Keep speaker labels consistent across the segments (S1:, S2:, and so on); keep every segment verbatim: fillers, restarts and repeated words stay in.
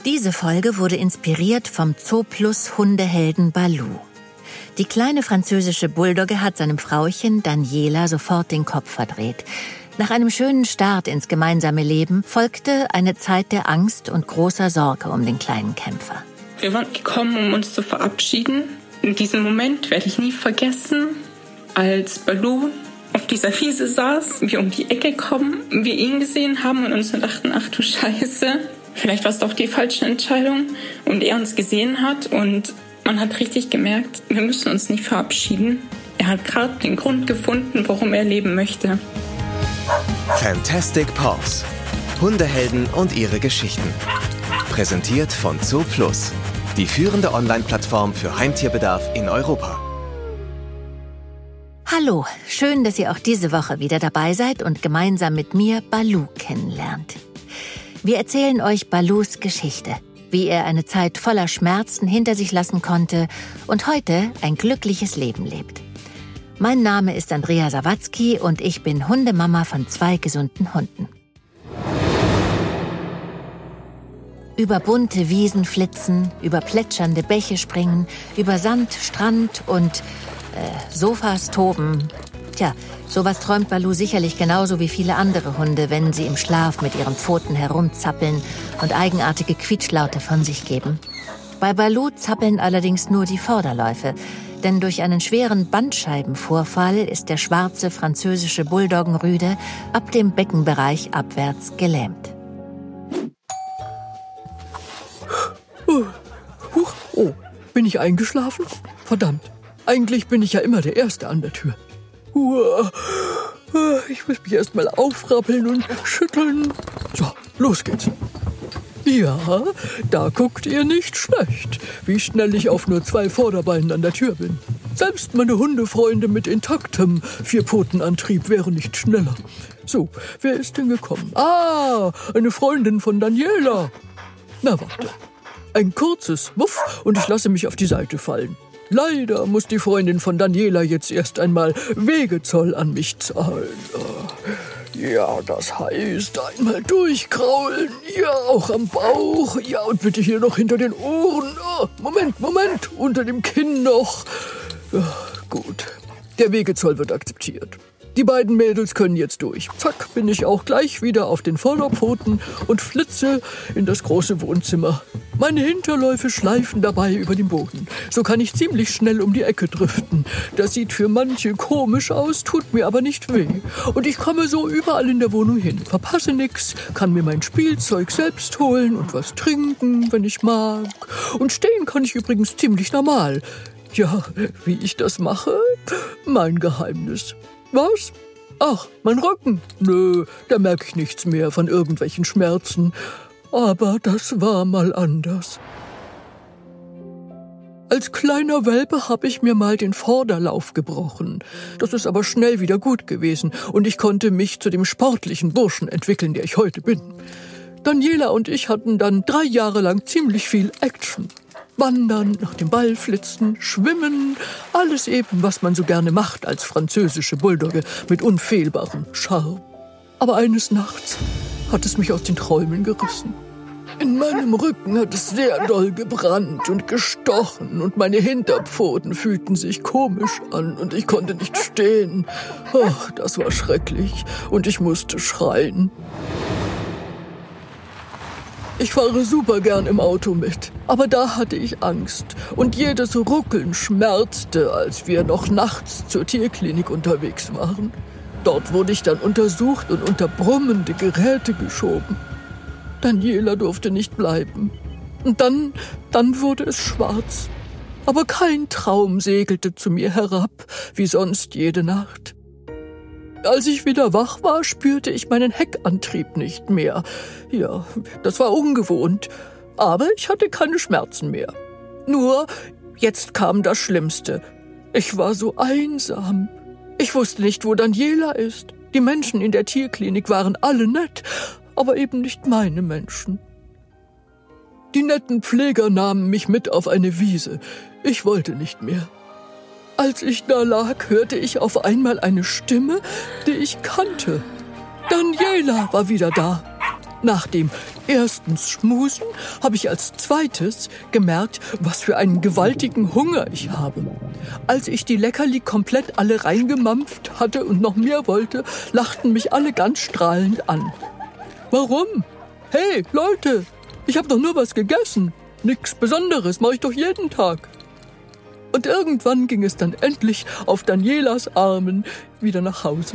S1: Diese Folge wurde inspiriert vom Zooplus Hundehelden Baloo. Die kleine französische Bulldogge hat seinem Frauchen Daniela sofort den Kopf verdreht. Nach einem schönen Start ins gemeinsame Leben folgte eine Zeit der Angst und großer Sorge um den kleinen Kämpfer.
S2: Wir waren gekommen, um uns zu verabschieden. In diesem Moment werde ich nie vergessen, als Baloo auf dieser Wiese saß, wir um die Ecke kommen, wir ihn gesehen haben und uns dachten, ach du Scheiße, vielleicht war es doch die falsche Entscheidung, und er uns gesehen hat und man hat richtig gemerkt, wir müssen uns nicht verabschieden. Er hat gerade den Grund gefunden, warum er leben möchte.
S3: Fantastic Paws. Hundehelden und ihre Geschichten. Präsentiert von Zooplus, die führende Online-Plattform für Heimtierbedarf in Europa.
S1: Hallo, schön, dass ihr auch diese Woche wieder dabei seid und gemeinsam mit mir Baloo kennenlernt. Wir erzählen euch Baloos Geschichte, wie er eine Zeit voller Schmerzen hinter sich lassen konnte und heute ein glückliches Leben lebt. Mein Name ist Andrea Sawatzki und ich bin Hundemama von zwei gesunden Hunden. Über bunte Wiesen flitzen, über plätschernde Bäche springen, über Sand, Strand und äh, Sofas toben. Tja, sowas träumt Baloo sicherlich genauso wie viele andere Hunde, wenn sie im Schlaf mit ihren Pfoten herumzappeln und eigenartige Quietschlaute von sich geben. Bei Baloo zappeln allerdings nur die Vorderläufe, denn durch einen schweren Bandscheibenvorfall ist der schwarze französische Bulldoggenrüde ab dem Beckenbereich abwärts gelähmt.
S4: Oh, huch, oh, bin ich eingeschlafen? Verdammt, eigentlich bin ich ja immer der Erste an der Tür. Uah, ich muss mich erst mal aufrappeln und schütteln. So, los geht's. Ja, da guckt ihr nicht schlecht, wie schnell ich auf nur zwei Vorderbeinen an der Tür bin. Selbst meine Hundefreunde mit intaktem Vierpfotenantrieb wären nicht schneller. So, wer ist denn gekommen? Ah, eine Freundin von Daniela. Na, warte. Ein kurzes Wuff und ich lasse mich auf die Seite fallen. Leider muss die Freundin von Daniela jetzt erst einmal Wegezoll an mich zahlen. Ja, das heißt, einmal durchkraulen. Ja, auch am Bauch. Ja, und bitte hier noch hinter den Ohren. Oh, Moment, Moment, unter dem Kinn noch. Ja, gut, der Wegezoll wird akzeptiert. Die beiden Mädels können jetzt durch. Zack, bin ich auch gleich wieder auf den Vorderpfoten und flitze in das große Wohnzimmer. Meine Hinterläufe schleifen dabei über den Boden. So kann ich ziemlich schnell um die Ecke driften. Das sieht für manche komisch aus, tut mir aber nicht weh. Und ich komme so überall in der Wohnung hin, verpasse nix, kann mir mein Spielzeug selbst holen und was trinken, wenn ich mag. Und stehen kann ich übrigens ziemlich normal. Ja, wie ich das mache? Mein Geheimnis. Was? Ach, mein Rücken? Nö, da merke ich nichts mehr von irgendwelchen Schmerzen. Aber das war mal anders. Als kleiner Welpe habe ich mir mal den Vorderlauf gebrochen. Das ist aber schnell wieder gut gewesen und ich konnte mich zu dem sportlichen Burschen entwickeln, der ich heute bin. Daniela und ich hatten dann drei Jahre lang ziemlich viel Action. Wandern, nach dem Ball flitzen, schwimmen, alles eben, was man so gerne macht als französische Bulldogge mit unfehlbarem Charme. Aber eines Nachts hat es mich aus den Träumen gerissen. In meinem Rücken hat es sehr doll gebrannt und gestochen und meine Hinterpfoten fühlten sich komisch an und ich konnte nicht stehen. Ach, das war schrecklich und ich musste schreien. Ich fahre super gern im Auto mit, aber da hatte ich Angst und jedes Ruckeln schmerzte, als wir noch nachts zur Tierklinik unterwegs waren. Dort wurde ich dann untersucht und unter brummende Geräte geschoben. Daniela durfte nicht bleiben. Und dann, dann wurde es schwarz. Aber kein Traum segelte zu mir herab, wie sonst jede Nacht. Als ich wieder wach war, spürte ich meinen Heckantrieb nicht mehr. Ja, das war ungewohnt. Aber ich hatte keine Schmerzen mehr. Nur, jetzt kam das Schlimmste. Ich war so einsam. Ich wusste nicht, wo Daniela ist. Die Menschen in der Tierklinik waren alle nett, aber eben nicht meine Menschen. Die netten Pfleger nahmen mich mit auf eine Wiese. Ich wollte nicht mehr. Als ich da lag, hörte ich auf einmal eine Stimme, die ich kannte. Daniela war wieder da. Nach dem ersten Schmusen habe ich als zweites gemerkt, was für einen gewaltigen Hunger ich habe. Als ich die Leckerli komplett alle reingemampft hatte und noch mehr wollte, lachten mich alle ganz strahlend an. Warum? Hey, Leute, ich habe doch nur was gegessen. Nix Besonderes, mache ich doch jeden Tag. Und irgendwann ging es dann endlich auf Danielas Armen wieder nach Hause.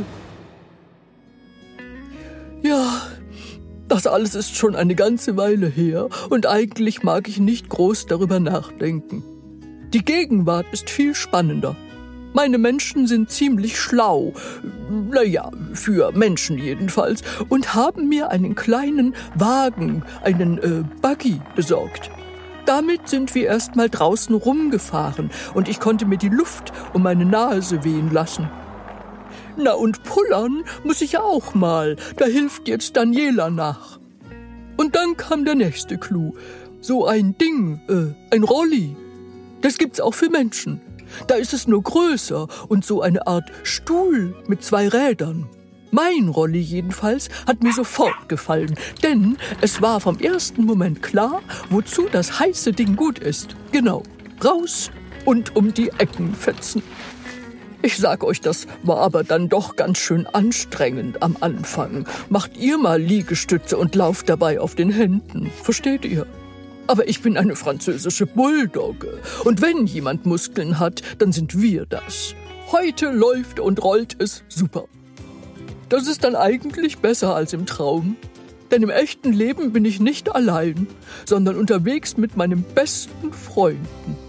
S4: Ja, das alles ist schon eine ganze Weile her und eigentlich mag ich nicht groß darüber nachdenken. Die Gegenwart ist viel spannender. Meine Menschen sind ziemlich schlau, naja, für Menschen jedenfalls, und haben mir einen kleinen Wagen, einen äh, Buggy besorgt. Damit sind wir erst mal draußen rumgefahren und ich konnte mir die Luft um meine Nase wehen lassen. Na und pullern muss ich ja auch mal, da hilft jetzt Daniela nach. Und dann kam der nächste Clou, so ein Ding, äh, ein Rolli. Das gibt's auch für Menschen. Da ist es nur größer und so eine Art Stuhl mit zwei Rädern. Mein Rolli jedenfalls hat mir sofort gefallen, denn es war vom ersten Moment klar, wozu das heiße Ding gut ist. Genau, raus und um die Ecken fetzen. Ich sag euch, das war aber dann doch ganz schön anstrengend am Anfang. Macht ihr mal Liegestütze und lauft dabei auf den Händen, versteht ihr? Aber ich bin eine französische Bulldogge und wenn jemand Muskeln hat, dann sind wir das. Heute läuft und rollt es super. Das ist dann eigentlich besser als im Traum. Denn im echten Leben bin ich nicht allein, sondern unterwegs mit meinen besten Freunden.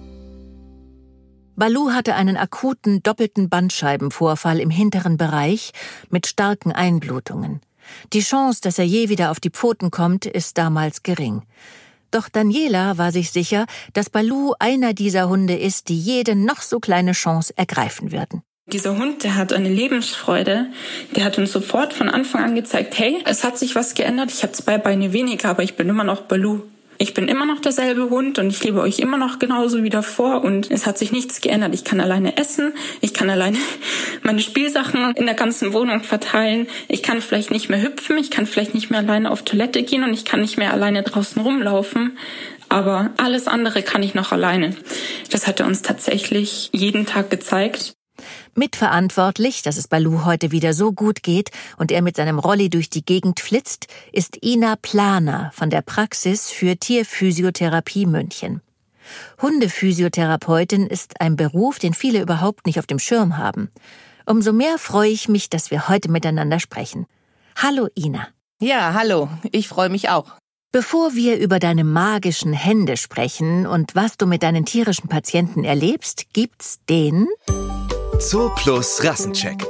S1: Baloo hatte einen akuten doppelten Bandscheibenvorfall im hinteren Bereich mit starken Einblutungen. Die Chance, dass er je wieder auf die Pfoten kommt, ist damals gering. Doch Daniela war sich sicher, dass Baloo einer dieser Hunde ist, die jede noch so kleine Chance ergreifen würden.
S2: Dieser Hund, der hat eine Lebensfreude, der hat uns sofort von Anfang an gezeigt, hey, es hat sich was geändert, ich habe zwei Beine weniger, aber ich bin immer noch Baloo. Ich bin immer noch derselbe Hund und ich liebe euch immer noch genauso wie davor und es hat sich nichts geändert. Ich kann alleine essen, ich kann alleine meine Spielsachen in der ganzen Wohnung verteilen. Ich kann vielleicht nicht mehr hüpfen, ich kann vielleicht nicht mehr alleine auf Toilette gehen und ich kann nicht mehr alleine draußen rumlaufen. Aber alles andere kann ich noch alleine. Das hat er uns tatsächlich jeden Tag gezeigt.
S1: Mitverantwortlich, dass es Baloo heute wieder so gut geht und er mit seinem Rolli durch die Gegend flitzt, ist Ina Planer von der Praxis für Tierphysiotherapie München. Hundephysiotherapeutin ist ein Beruf, den viele überhaupt nicht auf dem Schirm haben. Umso mehr freue ich mich, dass wir heute miteinander sprechen. Hallo Ina.
S5: Ja, hallo. Ich freue mich auch.
S1: Bevor wir über deine magischen Hände sprechen und was du mit deinen tierischen Patienten erlebst, gibt's den
S3: Zooplus Rassencheck.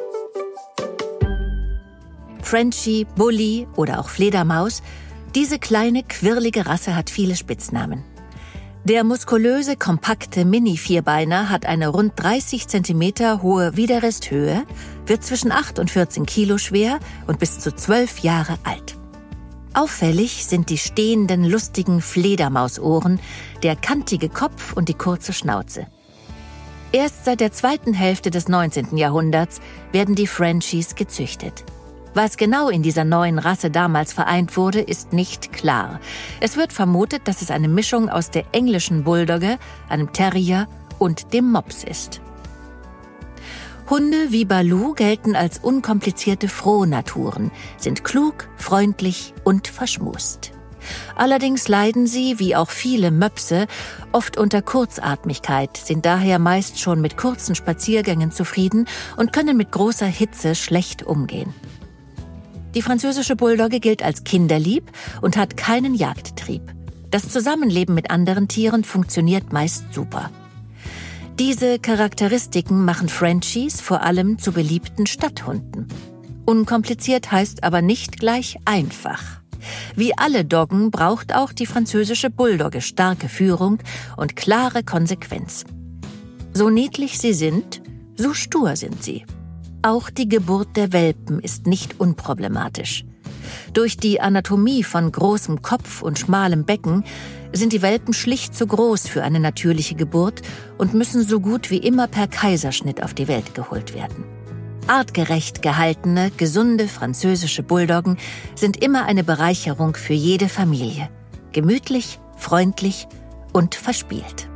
S1: Frenchie, Bully oder auch Fledermaus, diese kleine, quirlige Rasse hat viele Spitznamen. Der muskulöse, kompakte Mini-Vierbeiner hat eine rund dreißig Zentimeter hohe Widerristhöhe, wird zwischen acht und vierzehn Kilo schwer und bis zu zwölf Jahre alt. Auffällig sind die stehenden, lustigen Fledermausohren, der kantige Kopf und die kurze Schnauze. Erst seit der zweiten Hälfte des neunzehnten Jahrhunderts werden die Frenchies gezüchtet. Was genau in dieser neuen Rasse damals vereint wurde, ist nicht klar. Es wird vermutet, dass es eine Mischung aus der englischen Bulldogge, einem Terrier und dem Mops ist. Hunde wie Baloo gelten als unkomplizierte Frohnaturen, sind klug, freundlich und verschmust. Allerdings leiden sie, wie auch viele Möpse, oft unter Kurzatmigkeit, sind daher meist schon mit kurzen Spaziergängen zufrieden und können mit großer Hitze schlecht umgehen. Die französische Bulldogge gilt als kinderlieb und hat keinen Jagdtrieb. Das Zusammenleben mit anderen Tieren funktioniert meist super. Diese Charakteristiken machen Frenchies vor allem zu beliebten Stadthunden. Unkompliziert heißt aber nicht gleich einfach. Wie alle Doggen braucht auch die französische Bulldogge starke Führung und klare Konsequenz. So niedlich sie sind, so stur sind sie. Auch die Geburt der Welpen ist nicht unproblematisch. Durch die Anatomie von großem Kopf und schmalem Becken sind die Welpen schlicht zu groß für eine natürliche Geburt und müssen so gut wie immer per Kaiserschnitt auf die Welt geholt werden. Artgerecht gehaltene, gesunde französische Bulldoggen sind immer eine Bereicherung für jede Familie. Gemütlich, freundlich und verspielt.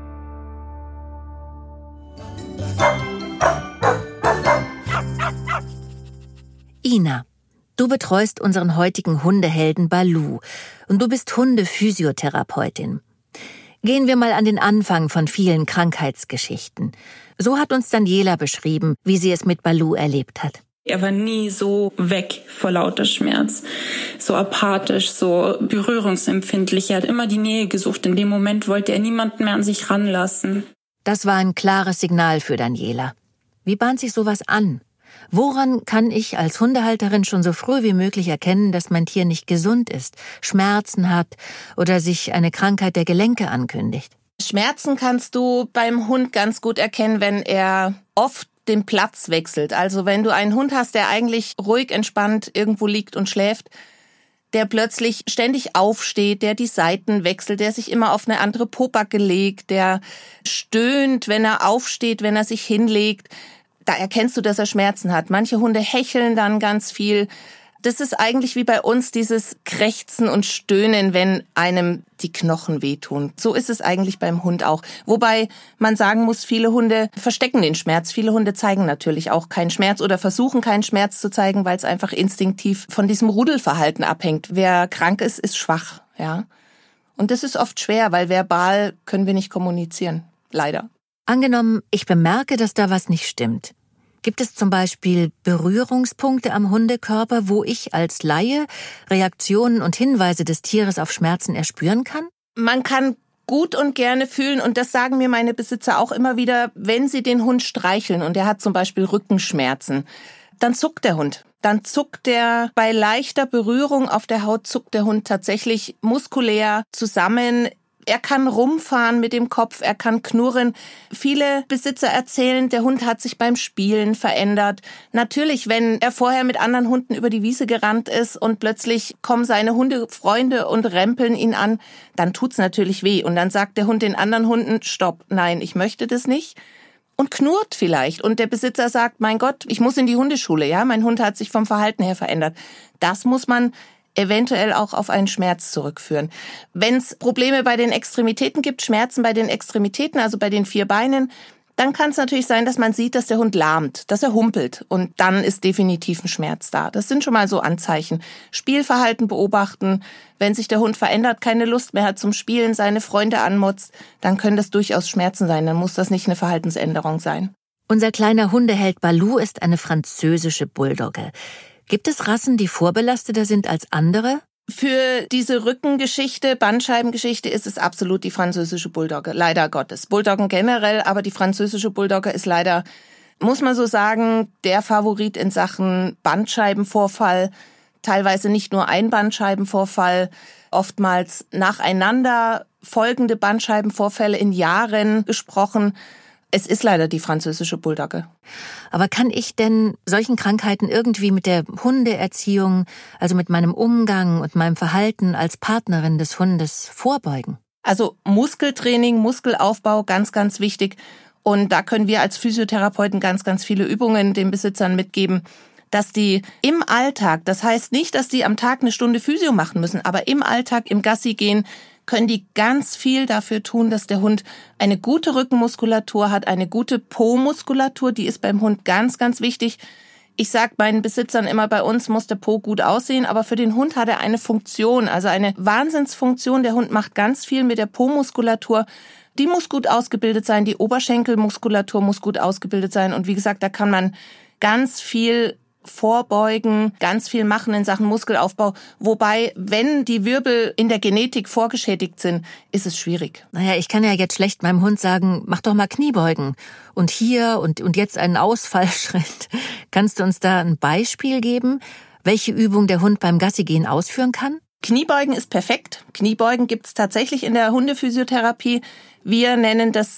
S1: Ina, du betreust unseren heutigen Hundehelden Baloo und du bist Hundephysiotherapeutin. Gehen wir mal an den Anfang von vielen Krankheitsgeschichten. So hat uns Daniela beschrieben, wie sie es mit Baloo erlebt hat.
S2: Er war nie so weg vor lauter Schmerz, so apathisch, so berührungsempfindlich. Er hat immer die Nähe gesucht. In dem Moment wollte er niemanden mehr an sich ranlassen.
S1: Das war ein klares Signal für Daniela. Wie bahnt sich sowas an? Woran kann ich als Hundehalterin schon so früh wie möglich erkennen, dass mein Tier nicht gesund ist, Schmerzen hat oder sich eine Krankheit der Gelenke ankündigt?
S5: Schmerzen kannst du beim Hund ganz gut erkennen, wenn er oft den Platz wechselt. Also wenn du einen Hund hast, der eigentlich ruhig, entspannt irgendwo liegt und schläft, der plötzlich ständig aufsteht, der die Seiten wechselt, der sich immer auf eine andere Pobacke legt, der stöhnt, wenn er aufsteht, wenn er sich hinlegt. Da erkennst du, dass er Schmerzen hat. Manche Hunde hecheln dann ganz viel. Das ist eigentlich wie bei uns dieses Krächzen und Stöhnen, wenn einem die Knochen wehtun. So ist es eigentlich beim Hund auch. Wobei man sagen muss, viele Hunde verstecken den Schmerz. Viele Hunde zeigen natürlich auch keinen Schmerz oder versuchen keinen Schmerz zu zeigen, weil es einfach instinktiv von diesem Rudelverhalten abhängt. Wer krank ist, ist schwach, ja. Und das ist oft schwer, weil verbal können wir nicht kommunizieren. Leider.
S1: Angenommen, ich bemerke, dass da was nicht stimmt. Gibt es zum Beispiel Berührungspunkte am Hundekörper, wo ich als Laie Reaktionen und Hinweise des Tieres auf Schmerzen erspüren kann?
S5: Man kann gut und gerne fühlen, und das sagen mir meine Besitzer auch immer wieder, wenn sie den Hund streicheln und er hat zum Beispiel Rückenschmerzen, dann zuckt der Hund. Dann zuckt der bei leichter Berührung auf der Haut, zuckt der Hund tatsächlich muskulär zusammen. Er kann rumfahren mit dem Kopf, er kann knurren. Viele Besitzer erzählen, der Hund hat sich beim Spielen verändert. Natürlich, wenn er vorher mit anderen Hunden über die Wiese gerannt ist und plötzlich kommen seine Hundefreunde und rempeln ihn an, dann tut's natürlich weh. Und dann sagt der Hund den anderen Hunden, stopp, nein, ich möchte das nicht. Und knurrt vielleicht. Und der Besitzer sagt, mein Gott, ich muss in die Hundeschule, ja, mein Hund hat sich vom Verhalten her verändert. Das muss man eventuell auch auf einen Schmerz zurückführen. Wenn es Probleme bei den Extremitäten gibt, Schmerzen bei den Extremitäten, also bei den vier Beinen, dann kann es natürlich sein, dass man sieht, dass der Hund lahmt, dass er humpelt. Und dann ist definitiv ein Schmerz da. Das sind schon mal so Anzeichen. Spielverhalten beobachten. Wenn sich der Hund verändert, keine Lust mehr hat zum Spielen, seine Freunde anmotzt, dann können das durchaus Schmerzen sein. Dann muss das nicht eine Verhaltensänderung sein.
S1: Unser kleiner Hundeheld Baloo ist eine französische Bulldogge. Gibt es Rassen, die vorbelasteter sind als andere?
S5: Für diese Rückengeschichte, Bandscheibengeschichte ist es absolut die französische Bulldogge, leider Gottes. Bulldoggen generell, aber die französische Bulldogge ist leider, muss man so sagen, der Favorit in Sachen Bandscheibenvorfall. Teilweise nicht nur ein Bandscheibenvorfall, oftmals nacheinander folgende Bandscheibenvorfälle in Jahren gesprochen. Es ist leider die französische Bulldogge.
S1: Aber kann ich denn solchen Krankheiten irgendwie mit der Hundeerziehung, also mit meinem Umgang und meinem Verhalten als Partnerin des Hundes vorbeugen?
S5: Also Muskeltraining, Muskelaufbau, ganz, ganz wichtig. Und da können wir als Physiotherapeuten ganz, ganz viele Übungen den Besitzern mitgeben, dass die im Alltag, das heißt nicht, dass die am Tag eine Stunde Physio machen müssen, aber im Alltag, im Gassi gehen, können die ganz viel dafür tun, dass der Hund eine gute Rückenmuskulatur hat, eine gute Po-Muskulatur, die ist beim Hund ganz, ganz wichtig. Ich sage meinen Besitzern immer, bei uns muss der Po gut aussehen, aber für den Hund hat er eine Funktion, also eine Wahnsinnsfunktion. Der Hund macht ganz viel mit der Po-Muskulatur. Die muss gut ausgebildet sein, die Oberschenkelmuskulatur muss gut ausgebildet sein. Und wie gesagt, da kann man ganz viel vorbeugen, ganz viel machen in Sachen Muskelaufbau. Wobei, wenn die Wirbel in der Genetik vorgeschädigt sind, ist es schwierig.
S1: Naja, ich kann ja jetzt schlecht meinem Hund sagen, mach doch mal Kniebeugen. Und hier und, und jetzt einen Ausfallschritt. Kannst du uns da ein Beispiel geben, welche Übung der Hund beim Gassigehen ausführen kann?
S5: Kniebeugen ist perfekt. Kniebeugen gibt es tatsächlich in der Hundephysiotherapie. Wir nennen das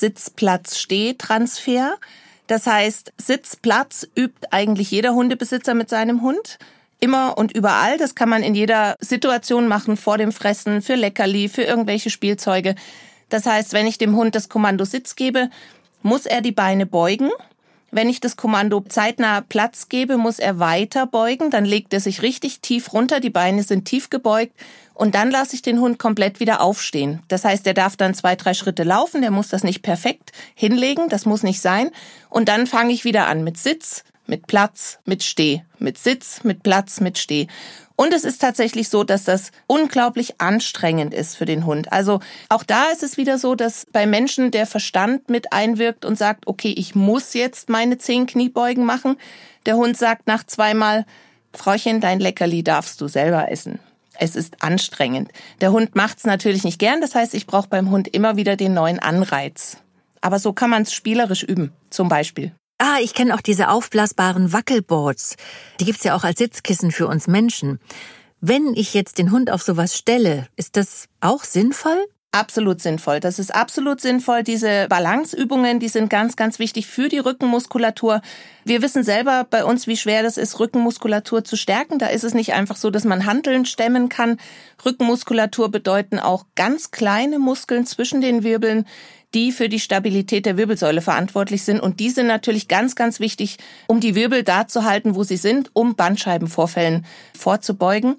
S5: Sitz-Platz-Steh-Transfer. Das heißt, Sitzplatz übt eigentlich jeder Hundebesitzer mit seinem Hund. Immer und überall. Das kann man in jeder Situation machen, vor dem Fressen, für Leckerli, für irgendwelche Spielzeuge. Das heißt, wenn ich dem Hund das Kommando Sitz gebe, muss er die Beine beugen. Wenn ich das Kommando zeitnah Platz gebe, muss er weiter beugen. Dann legt er sich richtig tief runter, die Beine sind tief gebeugt. Und dann lasse ich den Hund komplett wieder aufstehen. Das heißt, er darf dann zwei, drei Schritte laufen, der muss das nicht perfekt hinlegen, das muss nicht sein. Und dann fange ich wieder an mit Sitz, mit Platz, mit Steh, mit Sitz, mit Platz, mit Steh. Und es ist tatsächlich so, dass das unglaublich anstrengend ist für den Hund. Also auch da ist es wieder so, dass bei Menschen der Verstand mit einwirkt und sagt, okay, ich muss jetzt meine zehn Kniebeugen machen. Der Hund sagt nach zweimal, Frauchen, dein Leckerli darfst du selber essen. Es ist anstrengend. Der Hund macht's natürlich nicht gern, das heißt, ich brauche beim Hund immer wieder den neuen Anreiz. Aber so kann man es spielerisch üben, zum Beispiel.
S1: Ah, ich kenne auch diese aufblasbaren Wackelboards. Die gibt's ja auch als Sitzkissen für uns Menschen. Wenn ich jetzt den Hund auf sowas stelle, ist das auch sinnvoll?
S5: Absolut sinnvoll. Das ist absolut sinnvoll. Diese Balanceübungen, die sind ganz, ganz wichtig für die Rückenmuskulatur. Wir wissen selber bei uns, wie schwer das ist, Rückenmuskulatur zu stärken. Da ist es nicht einfach so, dass man Hanteln stemmen kann. Rückenmuskulatur bedeuten auch ganz kleine Muskeln zwischen den Wirbeln, die für die Stabilität der Wirbelsäule verantwortlich sind. Und die sind natürlich ganz, ganz wichtig, um die Wirbel da zu halten, wo sie sind, um Bandscheibenvorfällen vorzubeugen.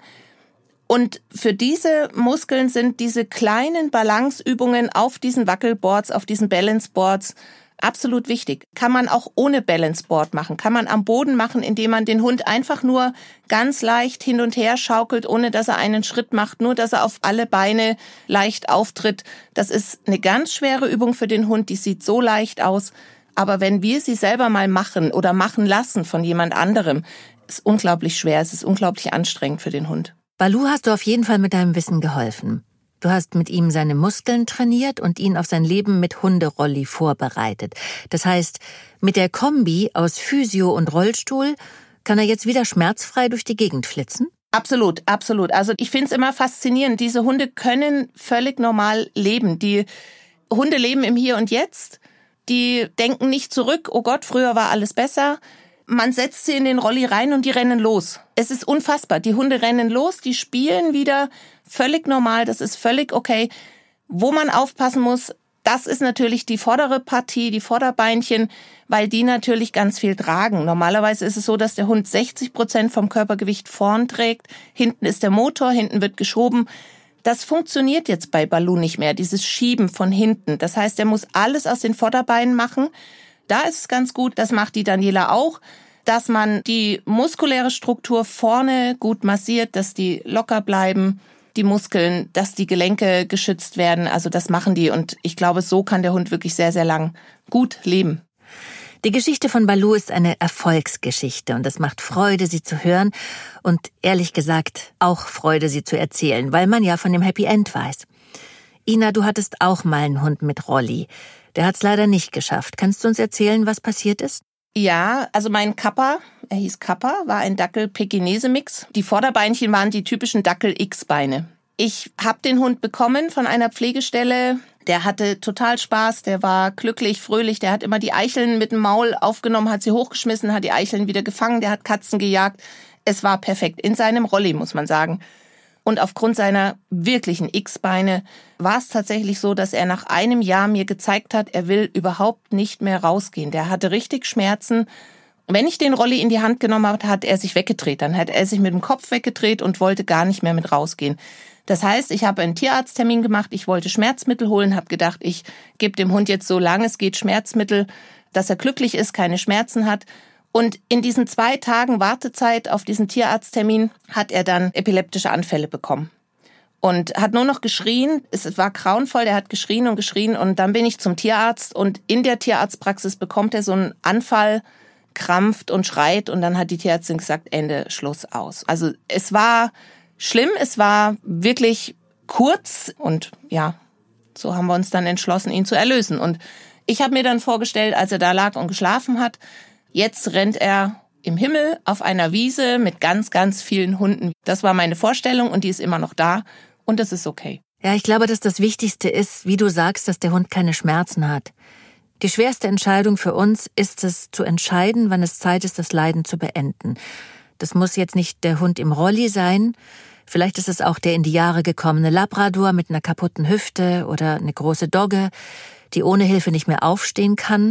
S5: Und für diese Muskeln sind diese kleinen Balanceübungen auf diesen Wackelboards, auf diesen Balanceboards absolut wichtig. Kann man auch ohne Balanceboard machen, kann man am Boden machen, indem man den Hund einfach nur ganz leicht hin und her schaukelt, ohne dass er einen Schritt macht, nur dass er auf alle Beine leicht auftritt. Das ist eine ganz schwere Übung für den Hund, die sieht so leicht aus. Aber wenn wir sie selber mal machen oder machen lassen von jemand anderem, ist unglaublich schwer, es ist unglaublich anstrengend für den Hund.
S1: Balu hast du auf jeden Fall mit deinem Wissen geholfen. Du hast mit ihm seine Muskeln trainiert und ihn auf sein Leben mit Hunderolli vorbereitet. Das heißt, mit der Kombi aus Physio und Rollstuhl kann er jetzt wieder schmerzfrei durch die Gegend flitzen?
S5: Absolut, absolut. Also ich finde es immer faszinierend. Diese Hunde können völlig normal leben. Die Hunde leben im Hier und Jetzt. Die denken nicht zurück, oh Gott, früher war alles besser. Man setzt sie in den Rolli rein und die rennen los. Es ist unfassbar. Die Hunde rennen los, die spielen wieder völlig normal. Das ist völlig okay. Wo man aufpassen muss, das ist natürlich die vordere Partie, die Vorderbeinchen, weil die natürlich ganz viel tragen. Normalerweise ist es so, dass der Hund sechzig Prozent vom Körpergewicht vorn trägt. Hinten ist der Motor, hinten wird geschoben. Das funktioniert jetzt bei Balu nicht mehr, dieses Schieben von hinten. Das heißt, er muss alles aus den Vorderbeinen machen. Da ist es ganz gut, das macht die Daniela auch, dass man die muskuläre Struktur vorne gut massiert, dass die locker bleiben, die Muskeln, dass die Gelenke geschützt werden. Also das machen die und ich glaube, so kann der Hund wirklich sehr, sehr lang gut leben.
S1: Die Geschichte von Balu ist eine Erfolgsgeschichte und es macht Freude, sie zu hören und ehrlich gesagt auch Freude, sie zu erzählen, weil man ja von dem Happy End weiß. Ina, du hattest auch mal einen Hund mit Rolli. Der hat's leider nicht geschafft. Kannst du uns erzählen, was passiert ist?
S5: Ja, also mein Kappa, er hieß Kappa, war ein Dackel-Pekinese-Mix. Die Vorderbeinchen waren die typischen Dackel-X-Beine. Ich habe den Hund bekommen von einer Pflegestelle. Der hatte total Spaß, der war glücklich, fröhlich. Der hat immer die Eicheln mit dem Maul aufgenommen, hat sie hochgeschmissen, hat die Eicheln wieder gefangen. Der hat Katzen gejagt. Es war perfekt. In seinem Rolli, muss man sagen. Und aufgrund seiner wirklichen X-Beine war es tatsächlich so, dass er nach einem Jahr mir gezeigt hat, er will überhaupt nicht mehr rausgehen. Der hatte richtig Schmerzen. Wenn ich den Rolli in die Hand genommen habe, hat er sich weggedreht. Dann hat er sich mit dem Kopf weggedreht und wollte gar nicht mehr mit rausgehen. Das heißt, ich habe einen Tierarzttermin gemacht, ich wollte Schmerzmittel holen, habe gedacht, ich gebe dem Hund jetzt so lange es geht Schmerzmittel, dass er glücklich ist, keine Schmerzen hat. Und in diesen zwei Tagen Wartezeit auf diesen Tierarzttermin hat er dann epileptische Anfälle bekommen. Und hat nur noch geschrien, es war grauenvoll, der hat geschrien und geschrien. Und dann bin ich zum Tierarzt und in der Tierarztpraxis bekommt er so einen Anfall, krampft und schreit. Und dann hat die Tierärztin gesagt, Ende, Schluss, aus. Also es war schlimm, es war wirklich kurz. Und ja, so haben wir uns dann entschlossen, ihn zu erlösen. Und ich habe mir dann vorgestellt, als er da lag und geschlafen hat, jetzt rennt er im Himmel auf einer Wiese mit ganz, ganz vielen Hunden. Das war meine Vorstellung und die ist immer noch da und das ist okay.
S1: Ja, ich glaube, dass das Wichtigste ist, wie du sagst, dass der Hund keine Schmerzen hat. Die schwerste Entscheidung für uns ist es, zu entscheiden, wann es Zeit ist, das Leiden zu beenden. Das muss jetzt nicht der Hund im Rolli sein. Vielleicht ist es auch der in die Jahre gekommene Labrador mit einer kaputten Hüfte oder eine große Dogge, die ohne Hilfe nicht mehr aufstehen kann.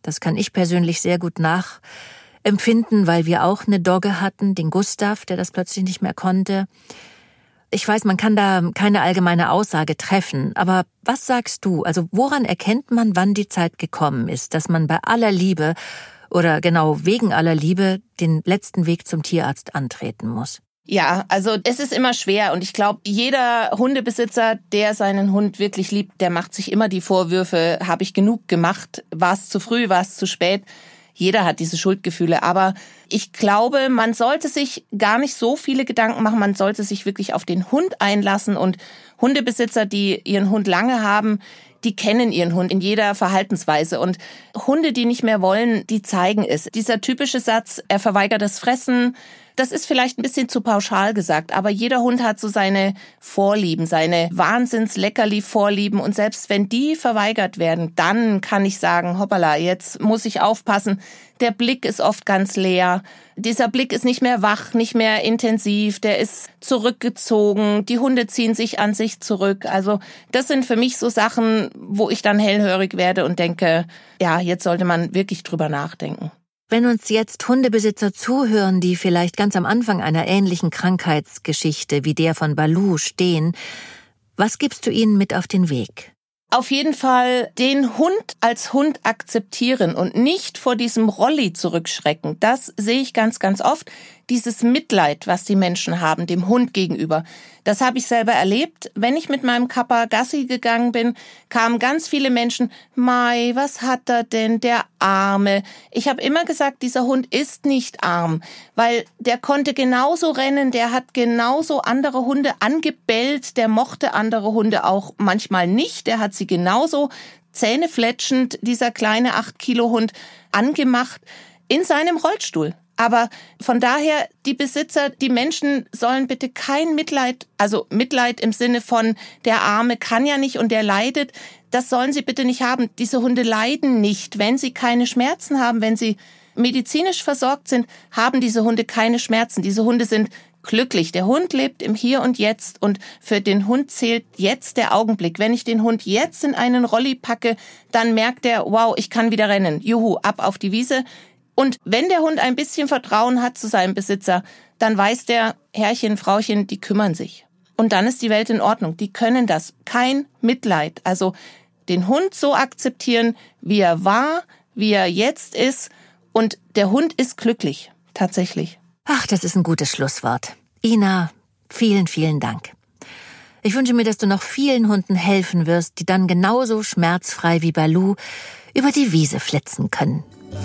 S1: Das kann ich persönlich sehr gut nachempfinden, weil wir auch eine Dogge hatten, den Gustav, der das plötzlich nicht mehr konnte. Ich weiß, man kann da keine allgemeine Aussage treffen, aber was sagst du? Also woran erkennt man, wann die Zeit gekommen ist, dass man bei aller Liebe oder genau wegen aller Liebe den letzten Weg zum Tierarzt antreten muss?
S5: Ja, also es ist immer schwer und ich glaube, jeder Hundebesitzer, der seinen Hund wirklich liebt, der macht sich immer die Vorwürfe, habe ich genug gemacht, war es zu früh, war es zu spät? Jeder hat diese Schuldgefühle, aber ich glaube, man sollte sich gar nicht so viele Gedanken machen, man sollte sich wirklich auf den Hund einlassen und Hundebesitzer, die ihren Hund lange haben, die kennen ihren Hund in jeder Verhaltensweise und Hunde, die nicht mehr wollen, die zeigen es. Dieser typische Satz, er verweigert das Fressen, das ist vielleicht ein bisschen zu pauschal gesagt, aber jeder Hund hat so seine Vorlieben, seine Wahnsinns-Leckerli-Vorlieben und selbst wenn die verweigert werden, dann kann ich sagen, hoppala, jetzt muss ich aufpassen, der Blick ist oft ganz leer, dieser Blick ist nicht mehr wach, nicht mehr intensiv, der ist zurückgezogen, die Hunde ziehen sich an sich zurück, also das sind für mich so Sachen, wo ich dann hellhörig werde und denke, ja, jetzt sollte man wirklich drüber nachdenken.
S1: Wenn uns jetzt Hundebesitzer zuhören, die vielleicht ganz am Anfang einer ähnlichen Krankheitsgeschichte wie der von Baloo stehen, was gibst du ihnen mit auf den Weg?
S5: Auf jeden Fall den Hund als Hund akzeptieren und nicht vor diesem Rolli zurückschrecken. Das sehe ich ganz, ganz oft. Dieses Mitleid, was die Menschen haben, dem Hund gegenüber. Das habe ich selber erlebt. Wenn ich mit meinem Kappa Gassi gegangen bin, kamen ganz viele Menschen, Mai, was hat er denn, der Arme? Ich habe immer gesagt, dieser Hund ist nicht arm, weil der konnte genauso rennen, der hat genauso andere Hunde angebellt, der mochte andere Hunde auch manchmal nicht, der hat sie genauso zähnefletschend, dieser kleine acht Kilo Hund, angemacht in seinem Rollstuhl. Aber von daher, die Besitzer, die Menschen sollen bitte kein Mitleid, also Mitleid im Sinne von, der Arme kann ja nicht und der leidet, das sollen sie bitte nicht haben. Diese Hunde leiden nicht. Wenn sie keine Schmerzen haben, wenn sie medizinisch versorgt sind, haben diese Hunde keine Schmerzen. Diese Hunde sind glücklich. Der Hund lebt im Hier und Jetzt und für den Hund zählt jetzt der Augenblick. Wenn ich den Hund jetzt in einen Rolli packe, dann merkt er, wow, ich kann wieder rennen. Juhu, ab auf die Wiese. Und wenn der Hund ein bisschen Vertrauen hat zu seinem Besitzer, dann weiß der, Herrchen, Frauchen, die kümmern sich. Und dann ist die Welt in Ordnung. Die können das. Kein Mitleid. Also den Hund so akzeptieren, wie er war, wie er jetzt ist. Und der Hund ist glücklich. Tatsächlich.
S1: Ach, das ist ein gutes Schlusswort. Ina, vielen, vielen Dank. Ich wünsche mir, dass du noch vielen Hunden helfen wirst, die dann genauso schmerzfrei wie Baloo über die Wiese flitzen können.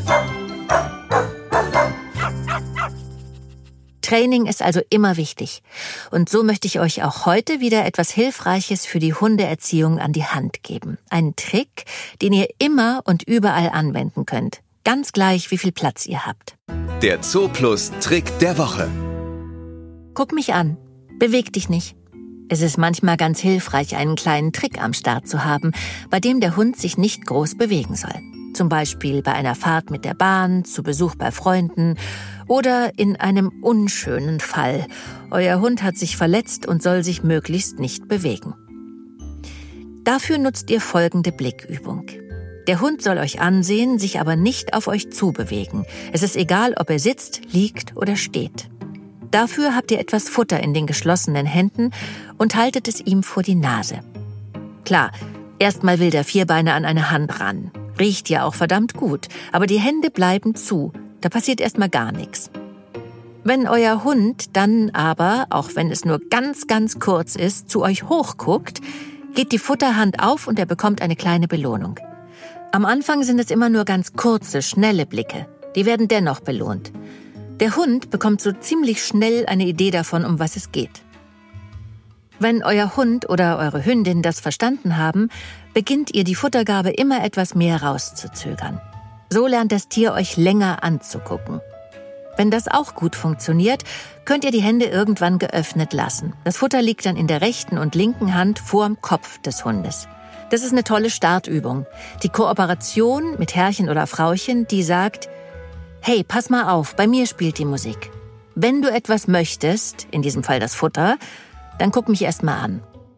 S1: Training ist also immer wichtig. Und so möchte ich euch auch heute wieder etwas Hilfreiches für die Hundeerziehung an die Hand geben. Einen Trick, den ihr immer und überall anwenden könnt. Ganz gleich, wie viel Platz ihr habt.
S3: Der Zooplus Trick der Woche.
S1: Guck mich an. Beweg dich nicht. Es ist manchmal ganz hilfreich, einen kleinen Trick am Start zu haben, bei dem der Hund sich nicht groß bewegen soll. Zum Beispiel bei einer Fahrt mit der Bahn, zu Besuch bei Freunden oder in einem unschönen Fall. Euer Hund hat sich verletzt und soll sich möglichst nicht bewegen. Dafür nutzt ihr folgende Blickübung. Der Hund soll euch ansehen, sich aber nicht auf euch zubewegen. Es ist egal, ob er sitzt, liegt oder steht. Dafür habt ihr etwas Futter in den geschlossenen Händen und haltet es ihm vor die Nase. Klar, erstmal will der Vierbeiner an eine Hand ran. Riecht ja auch verdammt gut, aber die Hände bleiben zu. Da passiert erstmal gar nichts. Wenn euer Hund dann aber, auch wenn es nur ganz, ganz kurz ist, zu euch hochguckt, geht die Futterhand auf und er bekommt eine kleine Belohnung. Am Anfang sind es immer nur ganz kurze, schnelle Blicke. Die werden dennoch belohnt. Der Hund bekommt so ziemlich schnell eine Idee davon, um was es geht. Wenn euer Hund oder eure Hündin das verstanden haben, beginnt ihr die Futtergabe immer etwas mehr rauszuzögern. So lernt das Tier euch länger anzugucken. Wenn das auch gut funktioniert, könnt ihr die Hände irgendwann geöffnet lassen. Das Futter liegt dann in der rechten und linken Hand vorm Kopf des Hundes. Das ist eine tolle Startübung. Die Kooperation mit Herrchen oder Frauchen, die sagt, hey, pass mal auf, bei mir spielt die Musik. Wenn du etwas möchtest, in diesem Fall das Futter, dann guck mich erst mal an.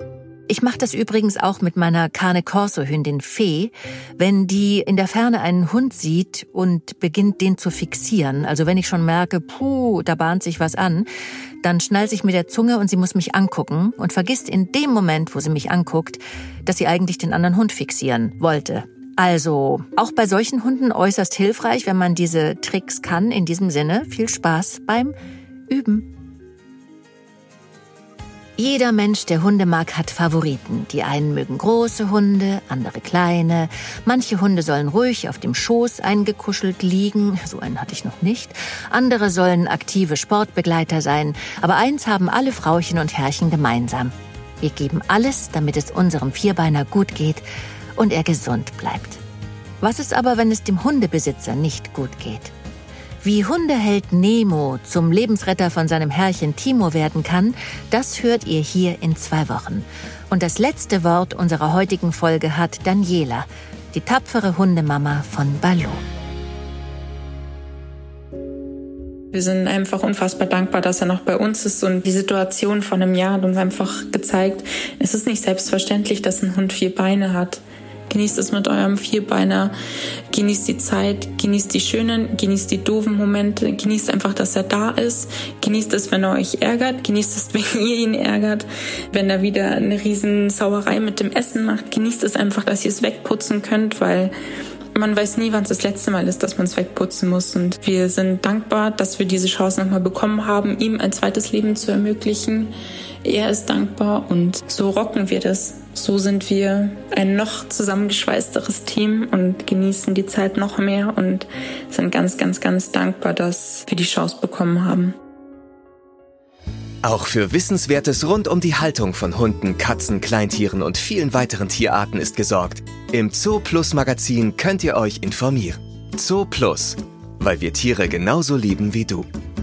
S1: Ich mache das übrigens auch mit meiner Cane-Corso-Hündin Fee, wenn die in der Ferne einen Hund sieht und beginnt, den zu fixieren. Also wenn ich schon merke, puh, da bahnt sich was an, dann schnallt sich mit der Zunge und sie muss mich angucken und vergisst in dem Moment, wo sie mich anguckt, dass sie eigentlich den anderen Hund fixieren wollte. Also auch bei solchen Hunden äußerst hilfreich, wenn man diese Tricks kann. In diesem Sinne, viel Spaß beim Üben. Jeder Mensch, der Hunde mag, hat Favoriten. Die einen mögen große Hunde, andere kleine. Manche Hunde sollen ruhig auf dem Schoß eingekuschelt liegen. So einen hatte ich noch nicht. Andere sollen aktive Sportbegleiter sein. Aber eins haben alle Frauchen und Herrchen gemeinsam. Wir geben alles, damit es unserem Vierbeiner gut geht und er gesund bleibt. Was ist aber, wenn es dem Hundebesitzer nicht gut geht? Wie Hundeheld Nemo zum Lebensretter von seinem Herrchen Timo werden kann, das hört ihr hier in zwei Wochen. Und das letzte Wort unserer heutigen Folge hat Daniela, die tapfere Hundemama von Baloo.
S2: Wir sind einfach unfassbar dankbar, dass er noch bei uns ist. Und die Situation von einem Jahr hat uns einfach gezeigt, es ist nicht selbstverständlich, dass ein Hund vier Beine hat. Genießt es mit eurem Vierbeiner, genießt die Zeit, genießt die schönen, genießt die doofen Momente, genießt einfach, dass er da ist, genießt es, wenn er euch ärgert, genießt es, wenn ihr ihn ärgert, wenn er wieder eine riesen Sauerei mit dem Essen macht, genießt es einfach, dass ihr es wegputzen könnt, weil man weiß nie, wann es das letzte Mal ist, dass man es wegputzen muss. Und wir sind dankbar, dass wir diese Chance nochmal bekommen haben, ihm ein zweites Leben zu ermöglichen. Er ist dankbar und so rocken wir das. So sind wir ein noch zusammengeschweißteres Team und genießen die Zeit noch mehr und sind ganz, ganz, ganz dankbar, dass wir die Chance bekommen haben.
S3: Auch für Wissenswertes rund um die Haltung von Hunden, Katzen, Kleintieren und vielen weiteren Tierarten ist gesorgt. Im Zooplus Magazin könnt ihr euch informieren. Zooplus, weil wir Tiere genauso lieben wie du.